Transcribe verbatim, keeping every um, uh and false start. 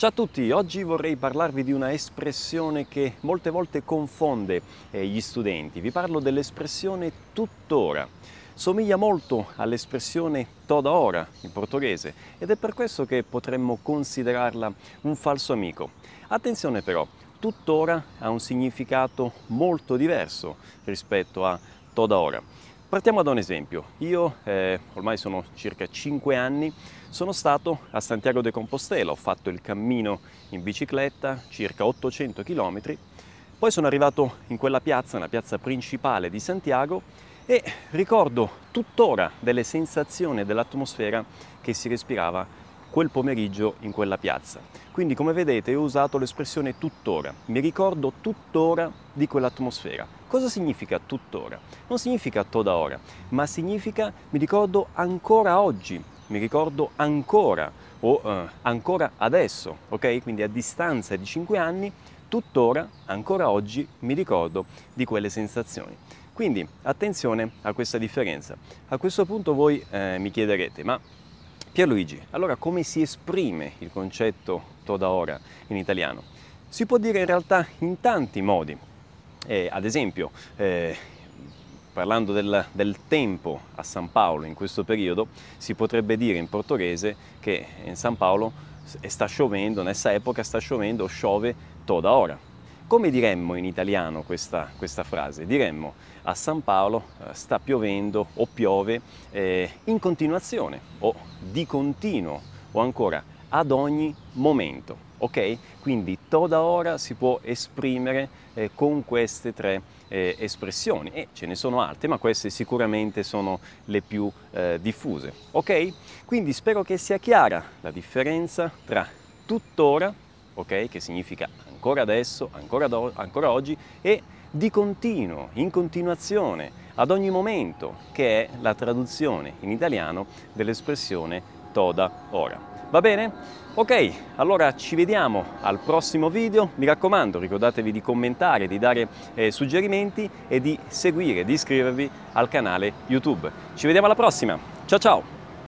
Ciao a tutti, oggi vorrei parlarvi di una espressione che molte volte confonde eh, gli studenti. Vi parlo dell'espressione tuttora. Somiglia molto all'espressione toda hora in portoghese ed è per questo che potremmo considerarla un falso amico. Attenzione però, tuttora ha un significato molto diverso rispetto a toda hora. Partiamo da un esempio. Io eh, ormai sono circa cinque anni, sono stato a Santiago de Compostela, ho fatto il cammino in bicicletta, circa ottocento chilometri, poi sono arrivato in quella piazza, una piazza principale di Santiago, e ricordo tuttora delle sensazioni e dell'atmosfera che si respirava quel pomeriggio in quella piazza. Quindi, come vedete, ho usato l'espressione tuttora, mi ricordo tuttora di quell'atmosfera. Cosa significa tuttora? Non significa toda hora, ma significa mi ricordo ancora oggi, mi ricordo ancora o eh, ancora adesso, ok? Quindi a distanza di cinque anni, tuttora, ancora oggi, mi ricordo di quelle sensazioni. Quindi attenzione a questa differenza. A questo punto voi eh, mi chiederete, ma Pierluigi, allora come si esprime il concetto toda hora in italiano? Si può dire in realtà in tanti modi. Eh, ad esempio, eh, parlando del, del tempo a San Paolo in questo periodo, si potrebbe dire in portoghese che in San Paolo sta sciovendo, nessa epoca sta sciovendo, sciove toda hora. Come diremmo in italiano questa, questa frase? Diremmo a San Paolo eh, sta piovendo o piove eh, in continuazione o di continuo o ancora ad ogni momento, ok? Quindi toda hora si può esprimere eh, con queste tre eh, espressioni e ce ne sono altre, ma queste sicuramente sono le più eh, diffuse, ok? Quindi spero che sia chiara la differenza tra tuttora, ok? Che significa ancora adesso, ancora, do, ancora oggi, e di continuo, in continuazione, ad ogni momento, che è la traduzione in italiano dell'espressione toda hora. Va bene? Ok, allora ci vediamo al prossimo video. Mi raccomando, ricordatevi di commentare, di dare eh, suggerimenti e di seguire, di iscrivervi al canale YouTube. Ci vediamo alla prossima. Ciao ciao!